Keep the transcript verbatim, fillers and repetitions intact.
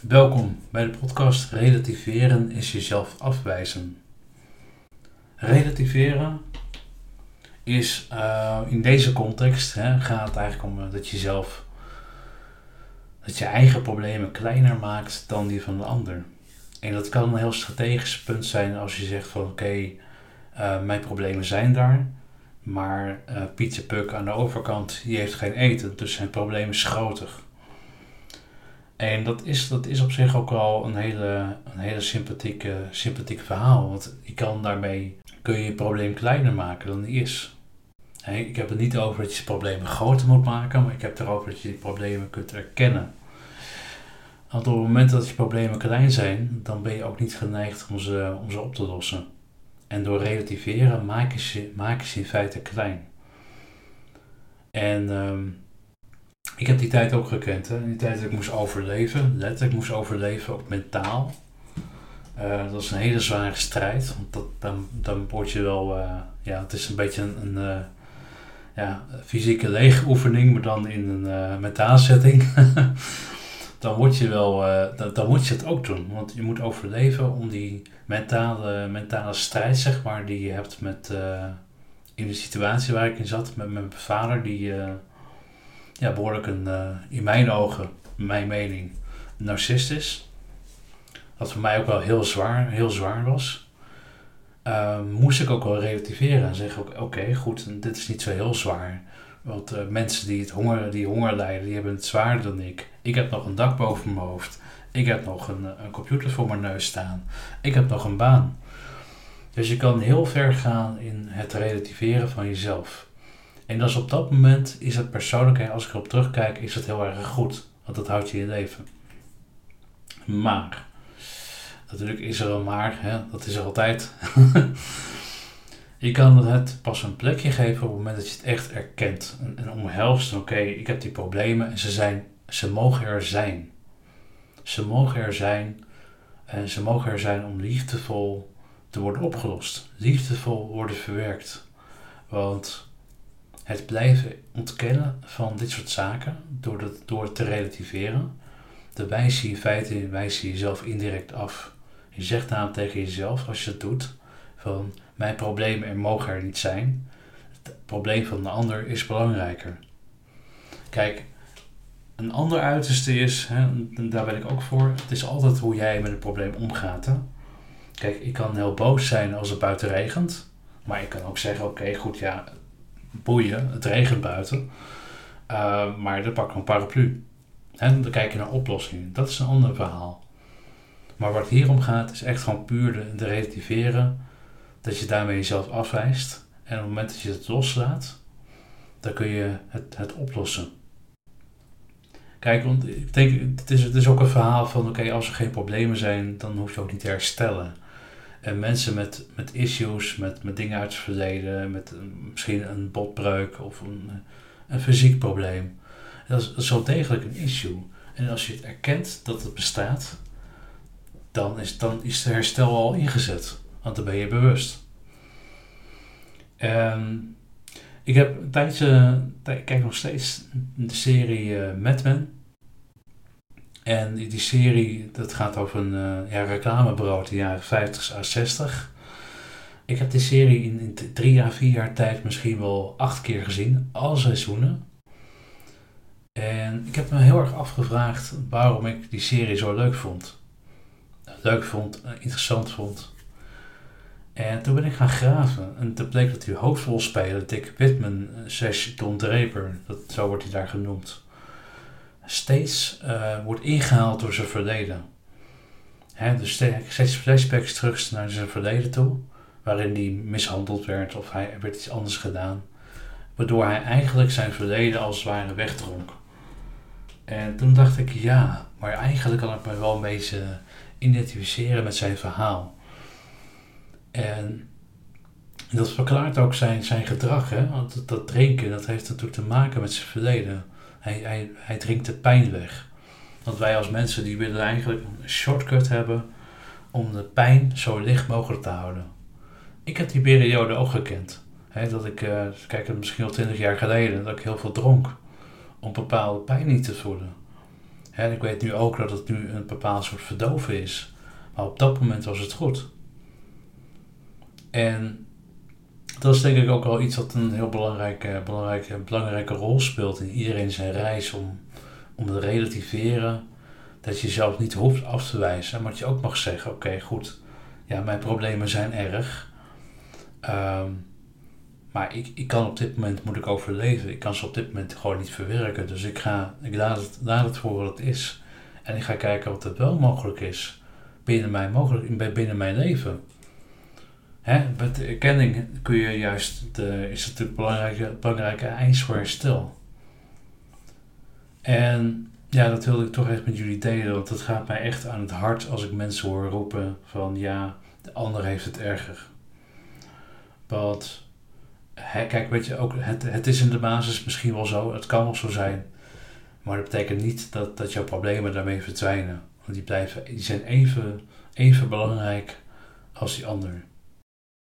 Welkom bij de podcast Relativeren is jezelf afwijzen. Relativeren is uh, in deze context hè, gaat het eigenlijk om uh, dat je zelf, dat je eigen problemen kleiner maakt dan die van de ander. En dat kan een heel strategisch punt zijn als je zegt van oké, okay, uh, mijn problemen zijn daar, maar uh, Pietje Puk aan de overkant die heeft geen eten, dus zijn probleem is groter. En dat is, dat is op zich ook wel een hele, een hele sympathieke, sympathiek verhaal. Want je kan daarmee kun je je probleem kleiner maken dan die is. Hey, ik heb het niet over dat je je problemen groter moet maken, maar ik heb het erover dat je die problemen kunt erkennen. Want op het moment dat je problemen klein zijn, dan ben je ook niet geneigd om ze, om ze op te lossen. En door relativeren maak je ze, maak je ze in feite klein. En um, ik heb die tijd ook gekend. Hè. Die tijd dat ik moest overleven, letterlijk moest overleven, ook mentaal. Uh, dat is een hele zware strijd. Want dat, dan, dan word je wel, uh, ja, het is een beetje een, een uh, ja, fysieke leegoefening, maar dan in een uh, mentale setting. dan word je wel, uh, dan, dan moet je het ook doen. Want je moet overleven om die mentale, mentale strijd, zeg maar, die je hebt met, uh, in de situatie waar ik in zat, met mijn vader, die uh, ja, behoorlijk een, uh, in mijn ogen, mijn mening, een narcist is. Wat voor mij ook wel heel zwaar, heel zwaar was. Uh, moest ik ook wel relativeren en zeggen, oké, okay, goed, dit is niet zo heel zwaar. Want uh, mensen die, het honger, die honger lijden, die hebben het zwaarder dan ik. Ik heb nog een dak boven mijn hoofd. Ik heb nog een, een computer voor mijn neus staan. Ik heb nog een baan. Dus je kan heel ver gaan in het relativeren van jezelf. En dat is op dat moment, is het persoonlijk, als ik erop terugkijk, is het heel erg goed. Want dat houdt je in leven. Maar, natuurlijk is er een maar, hè, dat is er altijd. Je kan het pas een plekje geven op het moment dat je het echt erkent. En, en omhelst, oké, okay, ik heb die problemen en ze, zijn, ze mogen er zijn. Ze mogen er zijn en ze mogen er zijn om liefdevol te worden opgelost. Liefdevol worden verwerkt. Want het blijven ontkennen van dit soort zaken, door, dat, door het te relativeren, dan wijs je in feite wijs je jezelf indirect af. Je zegt namelijk tegen jezelf, als je het doet, van mijn problemen er mogen er niet zijn. Het probleem van de ander is belangrijker. Kijk, een ander uiterste is, hè, en daar ben ik ook voor, het is altijd hoe jij met het probleem omgaat. Hè. Kijk, ik kan heel boos zijn als het buiten regent, maar ik kan ook zeggen, oké, okay, goed, ja, boeien, het regent buiten, uh, maar dan pak ik een paraplu. En dan kijk je naar oplossingen. Dat is een ander verhaal. Maar waar het hier om gaat, is echt gewoon puur de, de relativeren, dat je daarmee jezelf afwijst. En op het moment dat je het loslaat, dan kun je het, het oplossen. Kijk, want ik denk, het is, het is ook een verhaal van, oké, okay, als er geen problemen zijn, dan hoef je ook niet te herstellen. En mensen met, met issues, met, met dingen uit het verleden, met een, misschien een botbreuk of een, een fysiek probleem. Dat is, dat is zo degelijk een issue. En als je het erkent dat het bestaat, dan is, dan is het herstel al ingezet. Want dan ben je bewust. En ik heb een tijdje, ik kijk nog steeds de serie uh, Mad Men. En die, die serie, dat gaat over een uh, ja, reclamebureau uit de jaren vijftig à zestig. Ik heb die serie in, in drie à vier jaar tijd misschien wel acht keer gezien. Alle seizoenen. En ik heb me heel erg afgevraagd waarom ik die serie zo leuk vond. Leuk vond, interessant vond. En toen ben ik gaan graven. En toen bleek dat die hoofdrolspeler, Dick Whitman, slash Don Draper, dat, zo wordt hij daar genoemd, steeds uh, wordt ingehaald door zijn verleden. He, dus steeds flashbacks terug naar zijn verleden toe, waarin hij mishandeld werd of hij, er werd iets anders gedaan. Waardoor hij eigenlijk zijn verleden als het ware wegdronk. En toen dacht ik, ja, maar eigenlijk kan ik me wel een beetje identificeren met zijn verhaal. En dat verklaart ook zijn, zijn gedrag. Hè? Want dat, dat drinken, dat heeft natuurlijk te maken met zijn verleden. Hij, hij, hij drinkt de pijn weg. Want wij als mensen die willen eigenlijk een shortcut hebben om de pijn zo licht mogelijk te houden. Ik heb die periode ook gekend. Hè? Dat ik, uh, kijk, misschien al twintig jaar geleden, dat ik heel veel dronk. Om bepaalde pijn niet te voelen. En ik weet nu ook dat het nu een bepaald soort verdoven is. Maar op dat moment was het goed. En dat is denk ik ook wel iets wat een heel belangrijke, belangrijke, belangrijke rol speelt in iedereen zijn reis om, om te relativeren. Dat je jezelf niet hoeft af te wijzen, maar dat je ook mag zeggen, oké, okay, goed, ja, mijn problemen zijn erg. Um, maar ik, ik kan op dit moment, moet ik overleven. Ik kan ze op dit moment gewoon niet verwerken. Dus ik, ga, ik laat, het, laat het voor wat het is. En ik ga kijken wat er wel mogelijk is binnen mijn, mogelijk, binnen mijn leven. Hè, met de erkenning kun je juist, de, is het natuurlijk belangrijke, belangrijke eis voor herstel. En ja, dat wilde ik toch echt met jullie delen, want het gaat mij echt aan het hart als ik mensen hoor roepen van ja, de ander heeft het erger. Want, hè, kijk, weet je, ook, het, het is in de basis misschien wel zo, het kan wel zo zijn, maar dat betekent niet dat, dat jouw problemen daarmee verdwijnen. Want die, blijven, die zijn even, even belangrijk als die ander.